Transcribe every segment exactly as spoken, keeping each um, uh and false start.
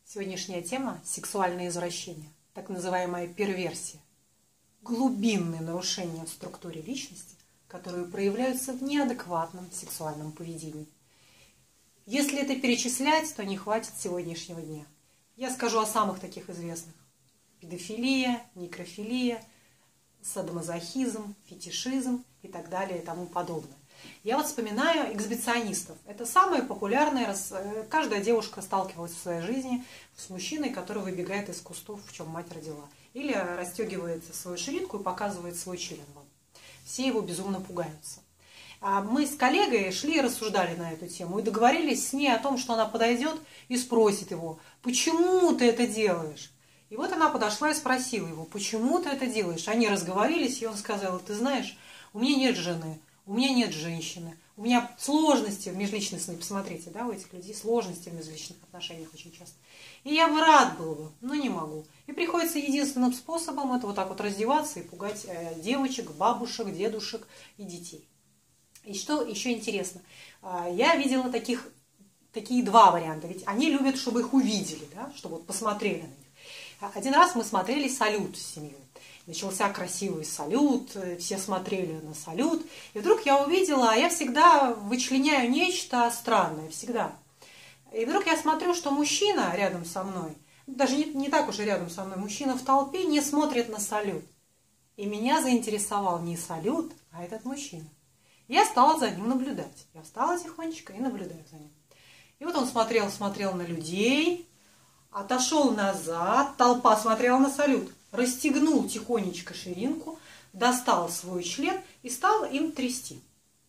Сегодняшняя тема – сексуальное извращение, так называемая перверсия. Глубинные нарушения в структуре личности, которые проявляются в неадекватном сексуальном поведении. Если это перечислять, то не хватит сегодняшнего дня. Я скажу о самых таких известных. Педофилия, некрофилия, садомазохизм, фетишизм и так далее и тому подобное. Я вот вспоминаю эксгибиционистов. Это самое популярное. Каждая девушка сталкивалась в своей жизни с мужчиной, который выбегает из кустов, в чем мать родила. Или расстегивает свою ширинку и показывает свой член вам. Все его безумно пугаются. Мы с коллегой шли и рассуждали на эту тему. И договорились с ней о том, что она подойдет и спросит его: «Почему ты это делаешь?» И вот она подошла и спросила его: «Почему ты это делаешь?» Они разговорились, и он сказал: «Ты знаешь, у меня нет жены. У меня нет женщины, у меня сложности в межличностной, посмотрите, да, у этих людей сложности в межличных отношениях очень часто. И я бы рад был бы, но не могу. И приходится единственным способом это вот так вот раздеваться и пугать э, девочек, бабушек, дедушек и детей». И что еще интересно, э, я видела таких, такие два варианта, ведь они любят, чтобы их увидели, да, чтобы вот посмотрели на них. Один раз мы смотрели «Салют» с семьей. Начался красивый салют, все смотрели на салют. И вдруг я увидела, а я всегда вычленяю нечто странное, всегда. И вдруг я смотрю, что мужчина рядом со мной, даже не, не так уж и рядом со мной, мужчина в толпе не смотрит на салют. И меня заинтересовал не салют, а этот мужчина. Я стала за ним наблюдать. Я встала тихонечко и наблюдаю за ним. И вот он смотрел, смотрел на людей, отошел назад, толпа смотрела на салют. Расстегнул тихонечко ширинку, достал свой член и стал им трясти,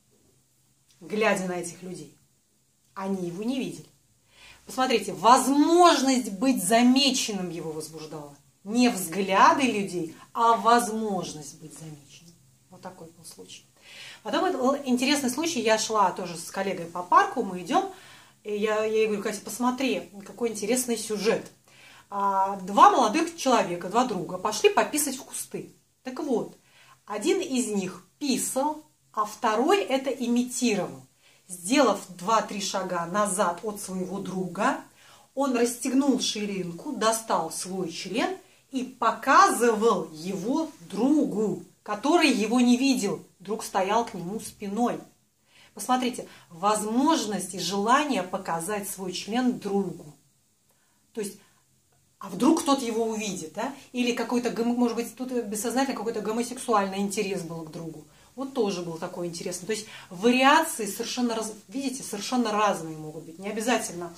глядя на этих людей. Они его не видели. Посмотрите, возможность быть замеченным его возбуждала. Не взгляды людей, а возможность быть замеченным. Вот такой был случай. Потом был интересный случай. Я шла тоже с коллегой по парку, мы идем, и я, я ей говорю: «Катя, посмотри, какой интересный сюжет». Два молодых человека, два друга, пошли пописать в кусты. Так вот, один из них писал, а второй это имитировал. Сделав два-три шага назад от своего друга, он расстегнул ширинку, достал свой член и показывал его другу, который его не видел. Друг стоял к нему спиной. Посмотрите, возможность и желание показать свой член другу. То есть, а вдруг кто-то его увидит, да? Или какой-то, может быть, тут бессознательно какой-то гомосексуальный интерес был к другу. Вот тоже был такой интересный. То есть вариации совершенно, раз... видите, совершенно разные могут быть. Не обязательно,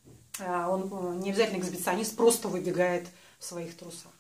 он, не обязательно эксгибиционист просто выбегает в своих трусах.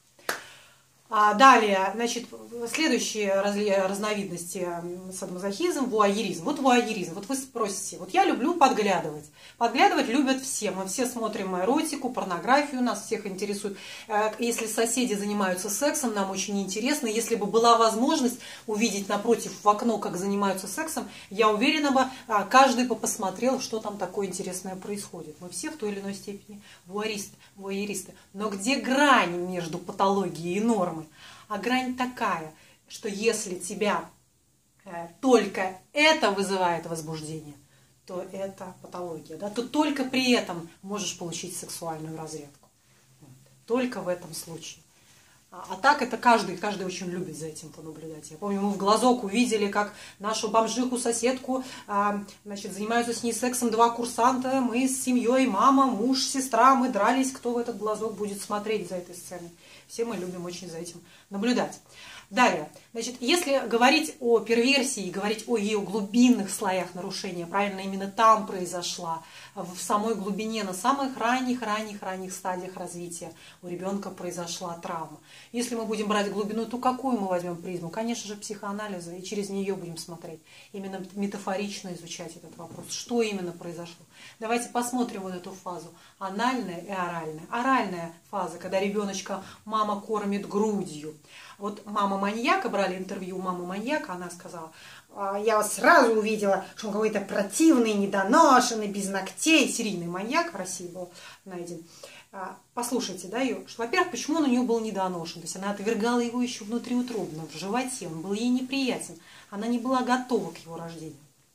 А далее, значит, следующие разновидности садомазохизм, вуайеризм. Вот вуайеризм. Вот вы спросите, вот я люблю подглядывать. Подглядывать любят все. Мы все смотрим эротику, порнографию, нас всех интересует. Если соседи занимаются сексом, нам очень интересно. Если бы была возможность увидеть напротив в окно, как занимаются сексом, я уверена бы, каждый бы посмотрел, что там такое интересное происходит. Мы все в той или иной степени вуайеристы. вуайеристы. Но где грань между патологией и нормой? А грань такая, что если тебя э, только это вызывает возбуждение, то это патология. Да? То только при этом можешь получить сексуальную разрядку. Вот. Только в этом случае. А, а так это каждый, каждый очень любит за этим понаблюдать. Я помню, мы в глазок увидели, как нашу бомжиху, соседку, а, значит, занимаются с ней сексом два курсанта. Мы с семьей, мама, муж, сестра, мы дрались, кто в этот глазок будет смотреть за этой сценой. Все мы любим очень за этим наблюдать. Далее, значит, если говорить о перверсии, говорить о ее глубинных слоях нарушения, правильно, именно там произошла, в самой глубине, на самых ранних-ранних-ранних стадиях развития у ребенка произошла травма. Если мы будем брать глубину, то какую мы возьмем призму? Конечно же, психоанализа, и через нее будем смотреть. Именно метафорично изучать этот вопрос. Что именно произошло? Давайте посмотрим вот эту фазу. Анальная и оральная. Оральная фаза, когда ребеночка мама кормит грудью. Вот мама-маньяка, брали интервью у мамы-маньяка, она сказала: «Я сразу увидела, что он какой-то противный, недоношенный, без ногтей». Серийный маньяк в России был найден. Послушайте, да, ее, что, во-первых, почему он у нее был недоношен? То есть она отвергала его еще внутриутробно, в животе, он был ей неприятен. Она не была готова к его рождению.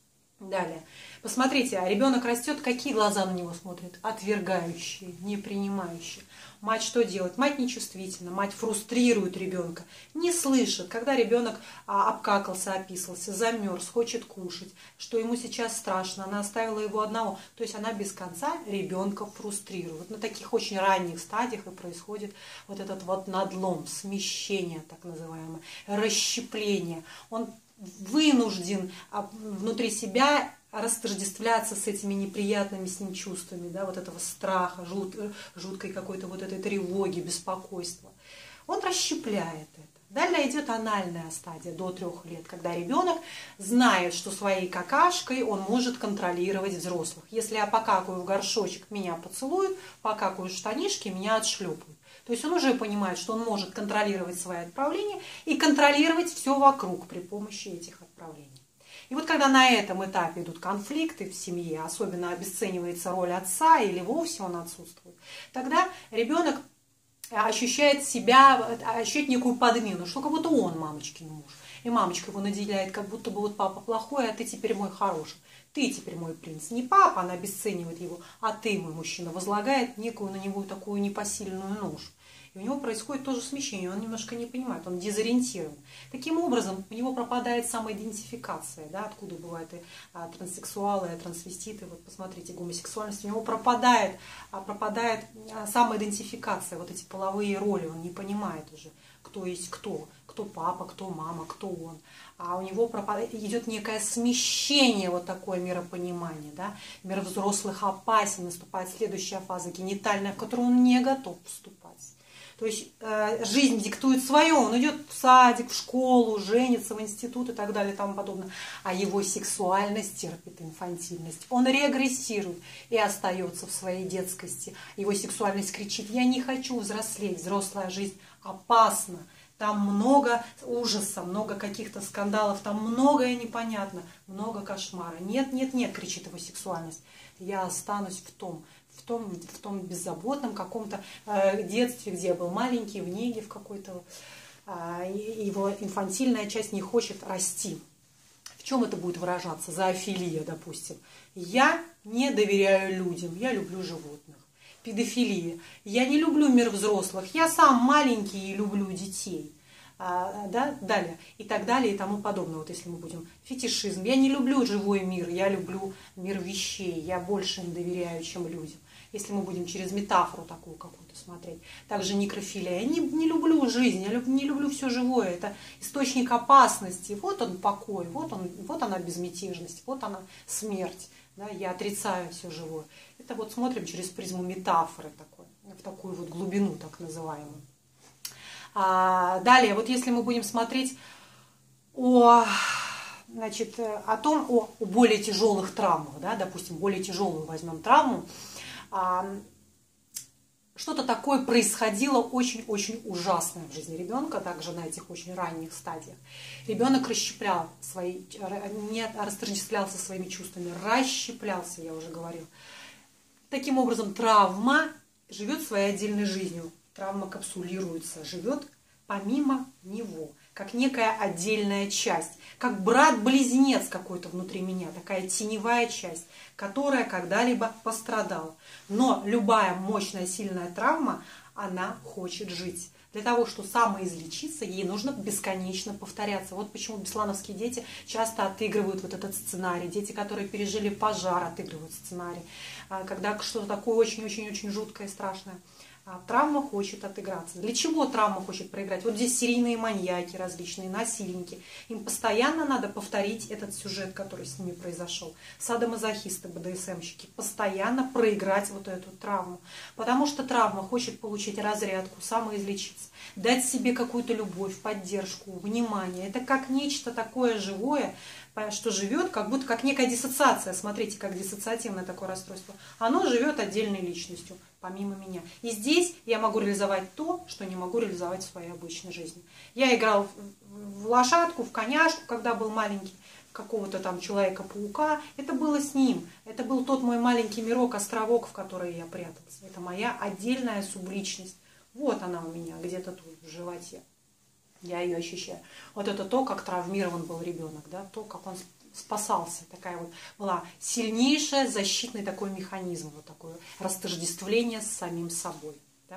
Далее. Посмотрите, а ребенок растет, какие глаза на него смотрят? Отвергающие, не принимающие. Мать что делает? Мать нечувствительна, мать фрустрирует ребенка, не слышит, когда ребенок а, обкакался, описался, замерз, хочет кушать, что ему сейчас страшно, она оставила его одного. То есть она без конца ребенка фрустрирует. На таких очень ранних стадиях и происходит вот этот вот надлом, смещение так называемое, расщепление. Он вынужден внутри себя растождествляться с этими неприятными с ним чувствами, да, вот этого страха, жут, жуткой какой-то вот этой тревоги, беспокойства. Он расщепляет это. Далее идет анальная стадия до трех лет, когда ребенок знает, что своей какашкой он может контролировать взрослых. Если я покакаю в горшочек, меня поцелуют, покакаю в штанишки, меня отшлепают. То есть он уже понимает, что он может контролировать свои отправления и контролировать все вокруг при помощи этих отправлений. И вот когда на этом этапе идут конфликты в семье, особенно обесценивается роль отца или вовсе он отсутствует, тогда ребенок ощущает себя, ощущает некую подмену, что как будто он мамочкин муж. И мамочка его наделяет, как будто бы вот папа плохой, а ты теперь мой хороший. Ты теперь мой принц. Не папа, она обесценивает его, а ты мой мужчина. Возлагает некую на него такую непосильную ношу. И у него происходит тоже смещение, он немножко не понимает, он дезориентирован. Таким образом, у него пропадает самоидентификация, да, откуда бывают и а, транссексуалы, и трансвеститы, вот посмотрите, гомосексуальность, у него пропадает, а, пропадает а, самоидентификация, вот эти половые роли, он не понимает уже, кто есть кто, кто папа, кто мама, кто он. А у него пропадает, идет некое смещение, вот такое миропонимание, да, мир взрослых опасен, наступает следующая фаза генитальная, в которую он не готов вступать. То есть э, жизнь диктует свое, он идет в садик, в школу, женится, в институт и так далее и тому подобное. А его сексуальность терпит инфантильность. Он регрессирует и остается в своей детскости. Его сексуальность кричит: я не хочу взрослеть, взрослая жизнь опасна. Там много ужаса, много каких-то скандалов, там многое непонятно, много кошмара. Нет, нет, нет, кричит его сексуальность. Я останусь в том, в том, в том беззаботном каком-то э, детстве, где я был маленький, в неге в какой-то. Э, его инфантильная часть не хочет расти. В чем это будет выражаться? Зоофилия, допустим. Я не доверяю людям, я люблю животных. Педофилия. Я не люблю мир взрослых, я сам маленький и люблю детей. А, да, далее. И так далее и тому подобное. Вот если мы будем фетишизм. Я не люблю живой мир, я люблю мир вещей. Я больше им доверяю, чем людям. Если мы будем через метафору такую какую-то смотреть. Также некрофилия. Я не, не люблю жизнь, я люб, не люблю все живое. Это источник опасности. Вот он покой, вот, он, вот она безмятежность, вот она смерть. Да, я отрицаю все живое. Это вот смотрим через призму метафоры такой, в такую вот глубину так называемую. А далее, вот если мы будем смотреть о, значит, о том, о, о более тяжелых травмах, да, допустим, более тяжелую возьмем травму, а, что-то такое происходило очень-очень ужасное в жизни ребенка, также на этих очень ранних стадиях. Ребенок расщеплял свои, не растождествлялся своими чувствами, расщеплялся, я уже говорила. Таким образом, травма живет своей отдельной жизнью. Травма капсулируется, живет помимо него, как некая отдельная часть, как брат-близнец какой-то внутри меня, такая теневая часть, которая когда-либо пострадала. Но любая мощная, сильная травма, она хочет жить. Для того, чтобы самоизлечиться, ей нужно бесконечно повторяться. Вот почему беслановские дети часто отыгрывают вот этот сценарий. Дети, которые пережили пожар, отыгрывают сценарий. Когда что-то такое очень-очень-очень жуткое и страшное. Травма хочет отыграться. Для чего травма хочет проиграть? Вот здесь серийные маньяки различные, насильники. Им постоянно надо повторить этот сюжет, который с ними произошел. Садомазохисты, бэ дэ эс эмщики. Постоянно проиграть вот эту травму. Потому что травма хочет получить разрядку, самоизлечиться. Дать себе какую-то любовь, поддержку, внимание. Это как нечто такое живое, что живет, как будто как некая диссоциация. Смотрите, как диссоциативное такое расстройство. Оно живет отдельной личностью, помимо меня. И здесь я могу реализовать то, что не могу реализовать в своей обычной жизни. Я играл в лошадку, в коняшку, когда был маленький, какого-то там Человека-паука. Это было с ним. Это был тот мой маленький мирок, островок, в который я прятался. Это моя отдельная субличность. Вот она у меня, где-то тут, в животе. Я ее ощущаю. Вот это то, как травмирован был ребенок, да, то, как он спасался. Такая вот была сильнейшая защитный такой механизм, вот такое растождествление с самим собой. Да?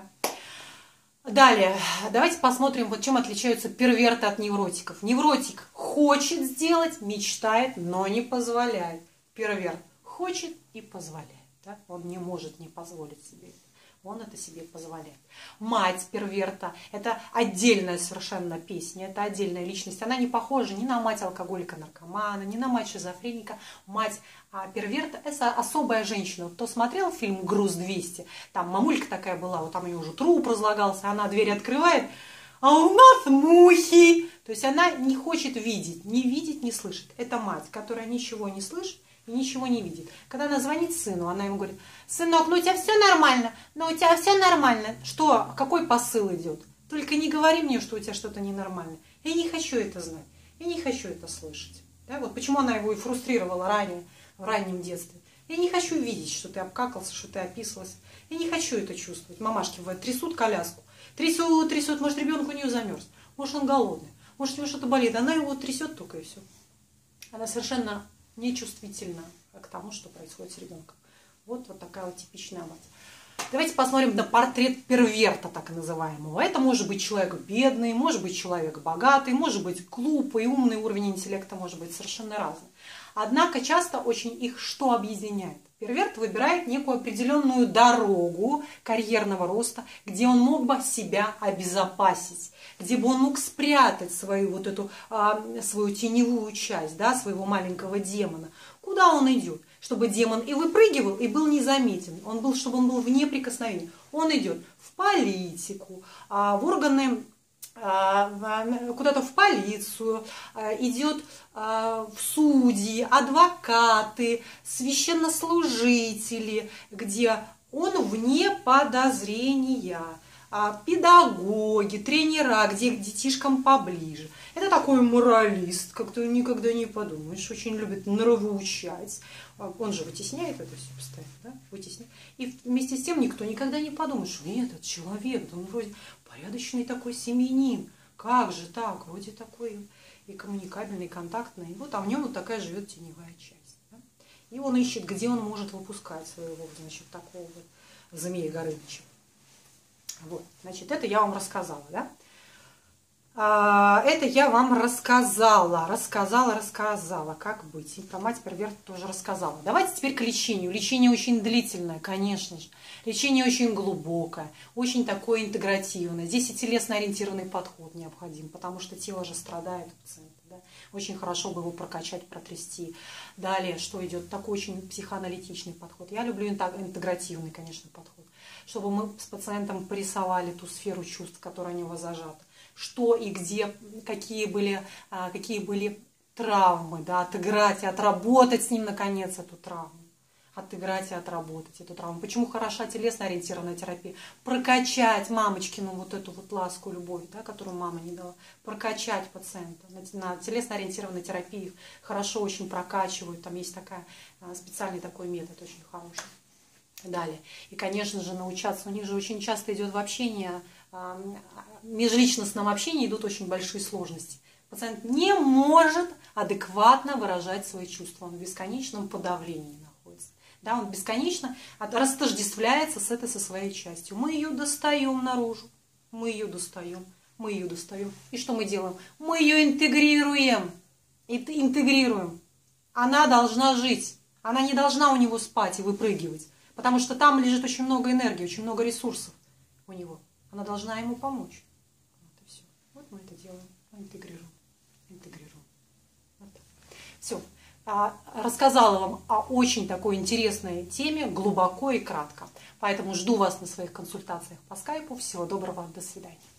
Далее, давайте посмотрим, вот чем отличаются перверты от невротиков. Невротик хочет сделать, мечтает, но не позволяет. Перверт хочет и позволяет. Да? Он не может не позволить себе это. Он это себе позволяет. Мать перверта – это отдельная совершенно песня, это отдельная личность. Она не похожа ни на мать алкоголика-наркомана, ни на мать шизофреника. Мать а перверта – это особая женщина. Вот кто смотрел фильм «Груз двести», там мамулька такая была, вот там у нее уже труп разлагался, она дверь открывает, а у нас мухи. То есть она не хочет видеть, не видеть, не слышать. Это мать, которая ничего не слышит и ничего не видит. Когда она звонит сыну, она ему говорит: сынок, ну у тебя все нормально, ну у тебя все нормально. Что, какой посыл идет? Только не говори мне, что у тебя что-то ненормально. Я не хочу это знать, я не хочу это слышать. Да, вот почему она его и фрустрировала ранее, в раннем детстве. Я не хочу видеть, что ты обкакался, что ты описывался. Я не хочу это чувствовать. Мамашки бывают, трясут коляску. Трясут, трясут, может ребенок у нее замерз, может он голодный, может у него что-то болит. Она его трясет только и все. Она совершенно нечувствительна к тому, что происходит с ребенком. Вот, вот такая вот типичная мать. Давайте посмотрим на портрет перверта, так называемого. Это может быть человек бедный, может быть человек богатый, может быть глупый, умный, уровень интеллекта может быть совершенно разный. Однако часто очень их что объединяет? Перверт выбирает некую определенную дорогу карьерного роста, где он мог бы себя обезопасить, где бы он мог спрятать свою вот эту а, свою теневую часть, да, своего маленького демона. Куда он идет? Чтобы демон и выпрыгивал, и был незаметен. Он был, чтобы он был вне прикосновения. Он идет в политику, в органы, куда-то в полицию, идет в судьи, адвокаты, священнослужители, где он вне подозрения. Педагоги, тренера, где к детишкам поближе. Это такой моралист, как-то никогда не подумаешь, очень любит нравоучать. Он же вытесняет это все постоянно, да? Вытесняет. И вместе с тем никто никогда не подумает, что нет, этот человек, он вроде порядочный такой семьянин. Как же так? Вроде такой и коммуникабельный, и контактный. И вот а в нем вот такая живет теневая часть. Да? И он ищет, где он может выпускать своего, значит, такого вот змея Горыныча. Вот, значит, это я вам рассказала, да? А, это я вам рассказала, рассказала, рассказала, как быть. И про мать перверта тоже рассказала. Давайте теперь к лечению. Лечение очень длительное, конечно же. Лечение очень глубокое, очень такое интегративное. Здесь и телесно-ориентированный подход необходим, потому что тело же страдает у пациента. Да? Очень хорошо бы его прокачать, протрясти. Далее, что идет? Такой очень психоаналитичный подход. Я люблю интегративный, конечно, подход. Чтобы мы с пациентом порисовали ту сферу чувств, которая у него зажата. Что и где, какие были, какие были травмы, да, отыграть и отработать с ним, наконец, эту травму. Отыграть и отработать эту травму. Почему хороша телесно-ориентированная терапия? Прокачать мамочкину вот эту вот ласку, любовь, да, которую мама не дала. Прокачать пациента. На телесно-ориентированной терапии хорошо очень прокачивают. Там есть такая, специальный такой метод очень хороший. Далее. И, конечно же, научаться. У них же очень часто идет в общении, в межличностном общении идут очень большие сложности. Пациент не может адекватно выражать свои чувства. Он в бесконечном подавлении находится. Да, он бесконечно растождествляется с этой, со своей частью. Мы ее достаем наружу. Мы ее достаем. Мы ее достаем. И что мы делаем? Мы ее интегрируем. Интегрируем. Она должна жить. Она не должна у него спать и выпрыгивать. Потому что там лежит очень много энергии, очень много ресурсов у него. Она должна ему помочь. Вот и все. Вот мы это делаем. Интегрируем. Интегрируем. Вот так. Все. Рассказала вам о очень такой интересной теме, глубоко и кратко. Поэтому жду вас на своих консультациях по скайпу. Всего доброго. До свидания.